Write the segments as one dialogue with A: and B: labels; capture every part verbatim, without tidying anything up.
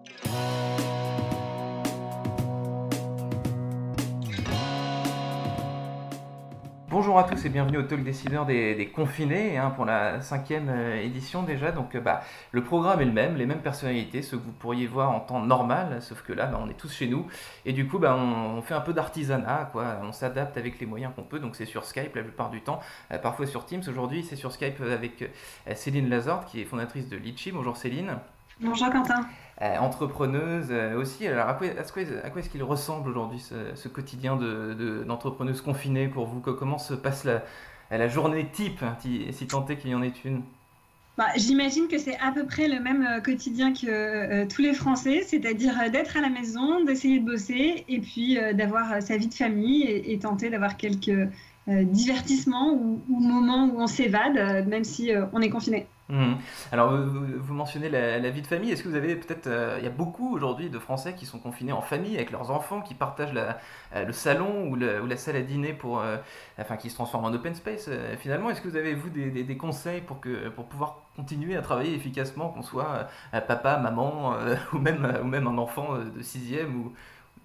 A: Bonjour à tous et bienvenue au Talk Décideur des, des confinés hein, pour la cinquième euh, édition déjà. Donc euh, bah, le programme est le même, les mêmes personnalités, ceux que vous pourriez voir en temps normal, sauf que là bah, on est tous chez nous et du coup bah, on, on fait un peu d'artisanat, quoi. On s'adapte avec les moyens qu'on peut, donc c'est sur Skype la plupart du temps, euh, parfois sur Teams. Aujourd'hui c'est sur Skype avec euh, Céline Lazorde qui est fondatrice de Litchi. Bonjour Céline.
B: Bonjour Quentin.
A: Euh, entrepreneuse euh, aussi. Alors, à quoi, à quoi, à quoi est-ce qu'il ressemble aujourd'hui ce, ce quotidien de, de- d'entrepreneuse confinée pour vous? Co- Comment se passe la, la journée type, hein, si si tant est qu'il y en ait une?
B: Bah, j'imagine que c'est à peu près le même euh, quotidien que euh, tous les Français, c'est-à-dire euh, d'être à la maison, d'essayer de bosser et puis euh, d'avoir euh, sa vie de famille et, et tenter d'avoir quelques euh, divertissements ou, ou moments où on s'évade, euh, même si euh, on est confiné.
A: Mhm. Alors, vous, vous- vous mentionnez la, la vie de famille. Est-ce que vous avez peut-être, euh, il y a beaucoup aujourd'hui de Français qui sont confinés en famille avec leurs enfants, qui partagent la- euh, le salon ou, le- ou la salle à dîner pour, euh, enfin, qui se transforment en open space euh, finalement. Est-ce que vous avez vous des, des- des conseils pour que, pour pouvoir continuer à travailler efficacement, qu'on soit euh, papa, maman euh, ou même, ou même un enfant euh, de sixième ou...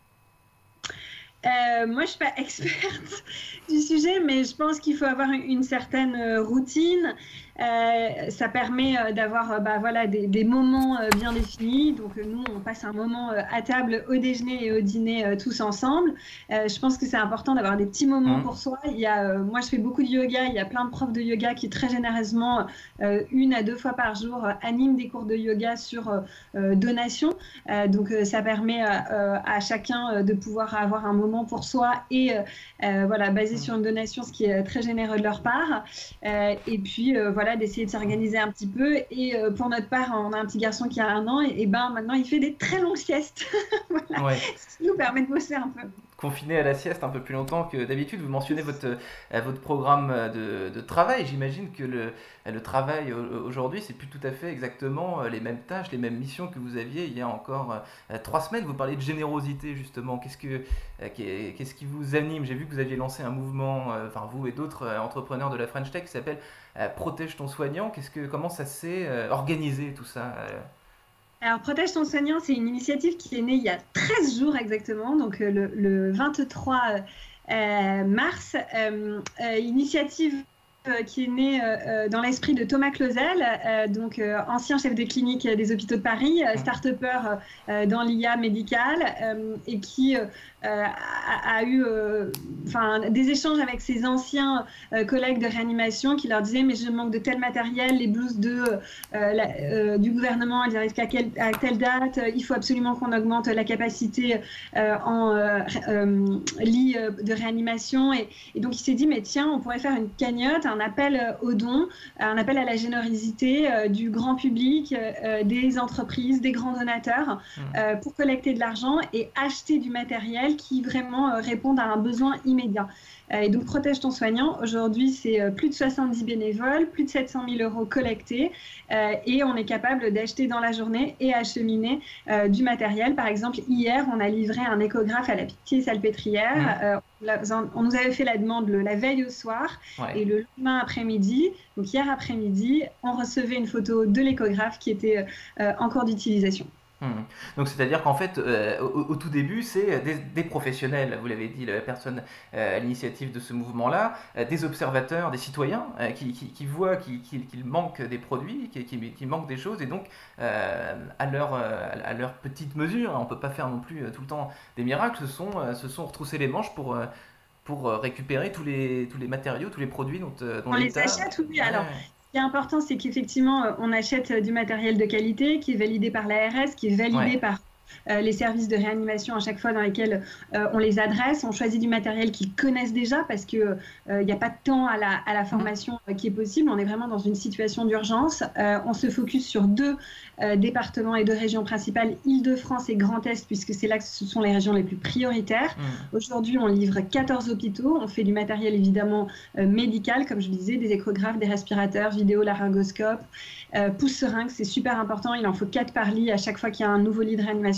B: Euh, moi, je suis pas experte du sujet, mais je pense qu'il faut avoir une, une certaine euh, routine. Euh, ça permet euh, d'avoir euh, bah, voilà, des, des moments euh, bien définis. Donc, euh, nous, on passe un moment euh, à table au déjeuner et au dîner euh, tous ensemble. Euh, je pense que c'est important d'avoir des petits moments
A: Mhm.
B: pour soi. Il y a, euh, moi, je fais beaucoup de yoga. Il y a plein de profs de yoga qui, très généreusement, euh, une à deux fois par jour, euh, animent des cours de yoga sur euh, euh, donation. Euh, donc, euh, ça permet euh, euh, à chacun euh, de pouvoir avoir un moment pour soi et euh, euh, voilà, basé sur une donation, ce qui est très généreux de leur part. Euh, et puis, euh, voilà, d'essayer de s'organiser un petit peu. Et euh, pour notre part, on a un petit garçon qui a un an et, et ben maintenant, il fait des très longues siestes. Voilà,
A: Ouais.
B: ce qui nous permet de bosser un peu.
A: Confiné à la sieste un peu plus longtemps que d'habitude. Vous mentionnez votre, euh, votre programme de, de travail. J'imagine que le, le travail au- aujourd'hui, c'est plus tout à fait exactement euh, les mêmes tâches, les mêmes missions que vous aviez il y a encore euh, trois semaines. Vous parlez de générosité justement. Qu'est-ce que, euh, qu'est- qu'est-ce qui vous anime? J'ai vu que vous aviez lancé un mouvement, euh, enfin vous et d'autres euh, entrepreneurs de la French Tech qui s'appelle euh, Protège ton soignant. Qu'est-ce que, comment ça s'est euh, organisé tout ça? euh
B: Alors, Protège ton soignant, c'est une initiative qui est née il y a treize jours exactement, donc euh, le, le vingt-trois euh, mars. Euh, euh, initiative euh, qui est née euh, euh, dans l'esprit de Thomas Clausel, euh, donc euh, ancien chef de clinique des hôpitaux de Paris, euh, start-upper euh, dans l'I A médicale, euh, et qui euh, a, a eu euh, enfin, des échanges avec ses anciens euh, collègues de réanimation qui leur disaient mais je manque de tel matériel, les blouses de euh, la, euh, du gouvernement, elles arrivent qu'à quelle, à telle date, euh, il faut absolument qu'on augmente la capacité euh, en euh, euh, lit euh, de réanimation. Et, et donc il s'est dit, mais tiens, on pourrait faire une cagnotte, un appel euh, aux dons, un appel à la générosité euh, du grand public, euh, des entreprises, des grands donateurs,
A: Hmm.
B: euh, pour collecter de l'argent et acheter du matériel qui vraiment euh, répond à un besoin immédiat. Euh, et donc, Protège ton soignant, aujourd'hui, c'est euh, plus de soixante-dix bénévoles, plus de sept cent mille euros collectés, euh, et on est capable d'acheter dans la journée et acheminer euh, du matériel. Par exemple, hier, on a livré un échographe à la
A: Hmm.
B: Pitié-Salpêtrière. Euh, la- on nous avait fait la demande le- la veille au soir,
A: Ouais.
B: et le lendemain après-midi, donc hier après-midi, on recevait une photo de l'échographe qui était euh, en cours d'utilisation.
A: Mhm. Donc c'est-à-dire qu'en fait, euh, au, au tout début, c'est des, des professionnels, vous l'avez dit, la personne euh, à l'initiative de ce mouvement-là, euh, des observateurs, des citoyens euh, qui, qui- qui voient qu'il qu'il- qu'il manque des produits, qu'il qu'il- qu'il manque des choses, et donc euh, à, leur, euh, à leur petite mesure, hein, on ne peut pas faire non plus euh, tout le temps des miracles, se sont, euh, se sont retroussés les manches pour, euh, pour euh, récupérer tous les, tous les matériaux, tous les produits dont, euh, dont
B: On les
A: l'État...
B: achète, oui.
A: Ouais,
B: Alors,
A: ouais.
B: ce qui est important, c'est qu'effectivement, euh, on achète euh, du matériel de qualité qui est validé par l'A R S, qui est validé
A: Ouais.
B: par euh, les services de réanimation à chaque fois dans lesquels euh, on les adresse. On choisit du matériel qu'ils connaissent déjà parce qu'il n'y a pas de temps à la, à la
A: Mhm.
B: formation euh, qui est possible. On est vraiment dans une situation d'urgence. Euh, on se focus sur deux euh, départements et deux régions principales, Île-de-France et Grand Est, puisque c'est là que ce sont les régions les plus prioritaires.
A: Mhm.
B: Aujourd'hui, on livre quatorze hôpitaux. On fait du matériel évidemment euh, médical, comme je disais, des échographes, des respirateurs, vidéo, laryngoscope, euh, pousse-seringue, c'est super important. Il en faut quatre par lit à chaque fois qu'il y a un nouveau lit de réanimation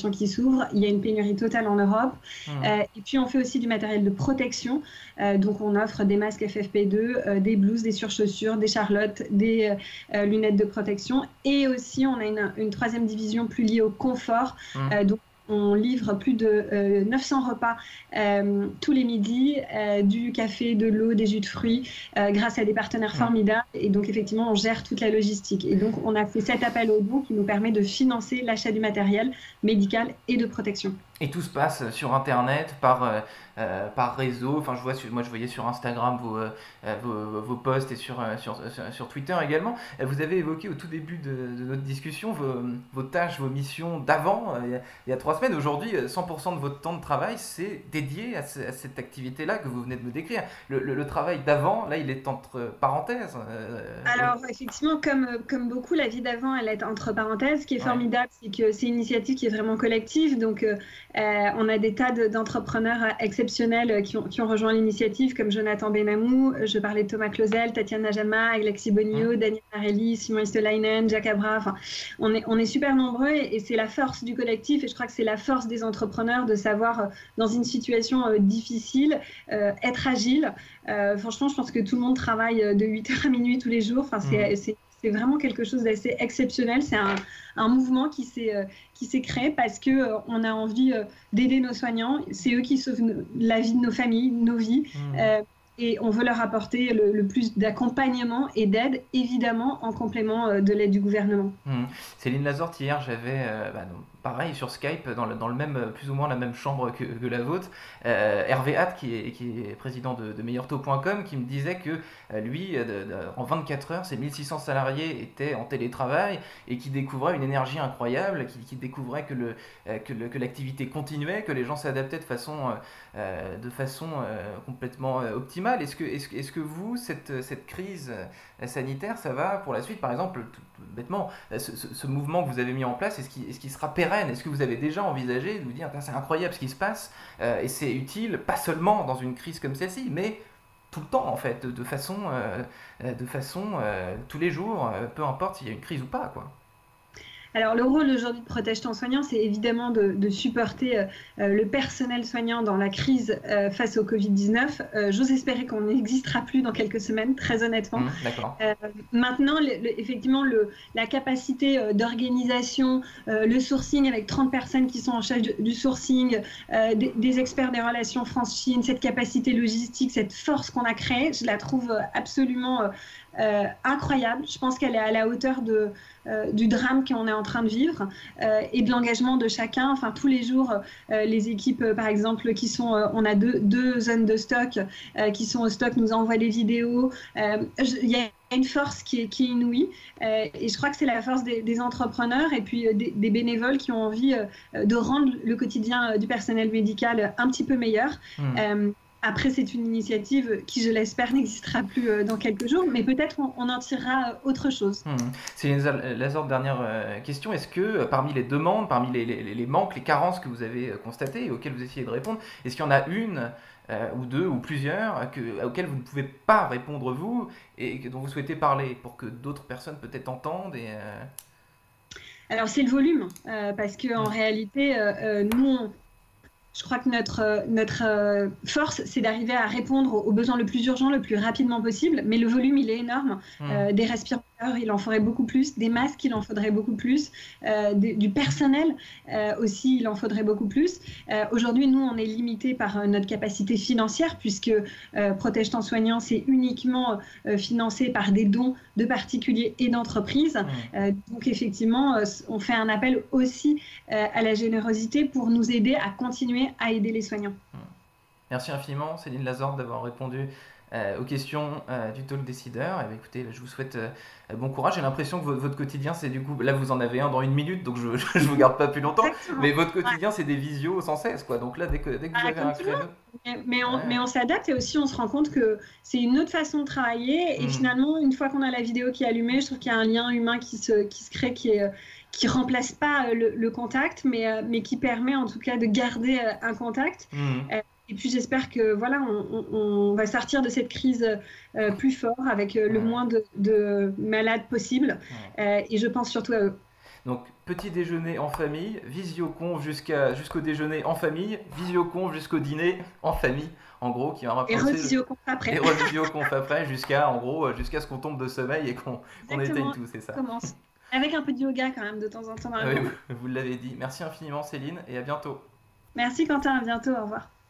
B: exportations qui s'ouvrent. Il y a une pénurie totale en Europe.
A: Mmh.
B: Euh, et puis, on fait aussi du matériel de protection. Euh, donc, on offre des masques F F P deux, euh, des blouses, des surchaussures, des charlottes, des euh, lunettes de protection. Et aussi, on a une, une troisième division plus liée au confort. Mmh. Euh, donc, on livre plus de euh, neuf cents repas euh, tous les midis, euh, du café, de l'eau, des jus de fruits, euh, grâce à des partenaires formidables. Et donc, effectivement, on gère toute la logistique. Et donc, on a fait cet appel au don qui nous permet de financer l'achat du matériel médical et de protection.
A: Et tout se passe sur Internet, par, euh, euh, par réseau. Enfin, je vois, moi, je voyais sur Instagram vos, euh, vos, vos posts et sur, euh, sur, sur, sur Twitter également. Vous avez évoqué au tout début de, de notre discussion vos, vos tâches, vos missions d'avant, euh, il y a trois semaines. Aujourd'hui, cent pour cent de votre temps de travail, c'est dédié à, ce, à cette activité-là que vous venez de me décrire. Le, le, le travail d'avant, là, il est entre parenthèses.
B: Euh, Alors, oui. Effectivement, comme, comme beaucoup, la vie d'avant, elle est entre parenthèses. Ce qui est ouais. formidable, c'est que c'est une initiative qui est vraiment collective. Donc, euh, Euh, on a des tas d'entrepreneurs exceptionnels qui ont, qui ont rejoint l'initiative, comme Jonathan Benamou, je parlais de Thomas Clausel, Tatiana Najama, Alexis Bonillo, mmh. Daniel Marelli, Simon Istelainen, Jack Abra. Enfin, on est, on est super nombreux et, et c'est la force du collectif et je crois que c'est la force des entrepreneurs de savoir, euh, dans une situation euh, difficile, euh, être agile. Euh, franchement, je pense que tout le monde travaille de huit heures à minuit tous les jours. Enfin, c'est, mmh. c'est C'est vraiment quelque chose d'assez exceptionnel. C'est un, un mouvement qui s'est euh, qui s'est créé parce que euh, on a envie euh, d'aider nos soignants. C'est eux qui sauvent no, la vie de nos familles, nos vies. Mmh. Euh, et on veut leur apporter le, le plus d'accompagnement et d'aide, évidemment, en complément euh, de l'aide du gouvernement.
A: Mmh. Céline Lazorte, hier, j'avais, euh, bah, donc, pareil, sur Skype, dans le, dans le même, plus ou moins la même chambre que, que la vôtre, euh, Hervé Hatt, qui est, qui est président de, de meilleur taux point com, qui me disait que euh, lui, de, de, en vingt-quatre heures, ses mille six cents salariés étaient en télétravail et qui découvrait une énergie incroyable, qui, qui découvrait que, le, euh, que, le, que l'activité continuait, que les gens s'adaptaient de façon, euh, de façon euh, complètement euh, optimale. Est-ce que, est-ce, est-ce que vous, cette, cette crise sanitaire, ça va pour la suite, par exemple, tout, tout bêtement, ce, ce, ce mouvement que vous avez mis en place, est-ce qu'il, est-ce qu'il sera pérenne? Est-ce que vous avez déjà envisagé de vous dire, c'est incroyable ce qui se passe euh, et c'est utile, pas seulement dans une crise comme celle-ci, mais tout le temps en fait, de, de façon, euh, de façon euh, tous les jours, euh, peu importe s'il y a une crise ou pas, quoi.
B: Alors, le rôle aujourd'hui de Protège ton soignant, c'est évidemment de, de supporter euh, le personnel soignant dans la crise euh, face au covid dix-neuf. Euh, j'ose espérer qu'on n'existera plus dans quelques semaines, très honnêtement.
A: Mmh, d'accord.
B: Euh, maintenant, le, le, effectivement, le, la capacité euh, d'organisation, euh, le sourcing avec trente personnes qui sont en charge du, du sourcing, euh, des, des experts des relations France-Chine, cette capacité logistique, cette force qu'on a créée, je la trouve absolument euh, euh, incroyable. Je pense qu'elle est à la hauteur de... Euh, du drame qu'on est en train de vivre euh, et de l'engagement de chacun. Enfin, tous les jours, euh, les équipes, euh, par exemple, qui sont, euh, on a deux, deux zones de stock euh, qui sont au stock, nous envoient les vidéos. Il euh, y a une force qui est, qui est inouïe euh, et je crois que c'est la force des, des entrepreneurs et puis euh, des, des bénévoles qui ont envie euh, de rendre le quotidien euh, du personnel médical un petit peu meilleur. Mmh. Euh, Après, c'est une initiative qui, je l'espère, n'existera plus dans quelques jours, mais peut-être on, on en tirera autre chose.
A: Mmh. Céline Lazorte, dernière question. Est-ce que parmi les demandes, parmi les, les, les manques, les carences que vous avez constatées et auxquelles vous essayez de répondre, est-ce qu'il y en a une euh, ou deux ou plusieurs que, auxquelles vous ne pouvez pas répondre vous et que, dont vous souhaitez parler pour que d'autres personnes peut-être entendent et, euh...
B: Alors, c'est le volume, euh, parce qu'en mmh. réalité, euh, euh, nous, on... Je crois que notre, notre force, c'est d'arriver à répondre aux besoins le plus urgents, le plus rapidement possible. Mais le volume, il est énorme. Mmh. Euh, des respirateurs, il en faudrait beaucoup plus. Des masques, il en faudrait beaucoup plus. Euh, des, du personnel euh, aussi, il en faudrait beaucoup plus. Euh, aujourd'hui, nous, on est limité par notre capacité financière puisque euh, Protège ton soignant, c'est uniquement euh, financé par des dons de particuliers et d'entreprises. Mmh. Euh, donc, effectivement, euh, on fait un appel aussi euh, à la générosité pour nous aider à continuer à aider les soignants.
A: Merci infiniment Céline Lazorte d'avoir répondu euh, aux questions euh, du Talk Décideur. Et bien, écoutez, je vous souhaite euh, bon courage. J'ai l'impression que votre, votre quotidien, c'est du coup, là vous en avez un dans une minute, donc je ne vous garde pas plus longtemps. Exactement. Mais votre quotidien, ouais. c'est des visios sans cesse, quoi. Donc là, dès que, dès que vous ah, avez un créneau...
B: Mais, mais, on, ouais. mais on s'adapte et aussi on se rend compte que c'est une autre façon de travailler. Et mmh. finalement, une fois qu'on a la vidéo qui est allumée, je trouve qu'il y a un lien humain qui se, qui se crée, qui est... qui ne remplace pas le, le contact, mais, mais qui permet en tout cas de garder un contact. Mmh. Et puis j'espère que voilà, on, on, on va sortir de cette crise euh, plus fort, avec euh, le moins de, de malades possible. Ouais. Euh, et je pense surtout à eux.
A: Donc, petit déjeuner en famille, visioconf jusqu'à, jusqu'au déjeuner en famille, visioconf jusqu'au dîner en famille, en gros, qui va
B: Et
A: rapprocher...
B: revisioconf après.
A: Et revisioconf après, jusqu'à, en gros, jusqu'à ce qu'on tombe de sommeil et qu'on, qu'on éteigne tout, c'est ça.
B: Commence. Avec un peu de yoga quand même de temps en temps dans la
A: Oui,
B: journée.
A: vous, vous l'avez dit. Merci infiniment Céline et à bientôt.
B: Merci Quentin, à bientôt, au revoir.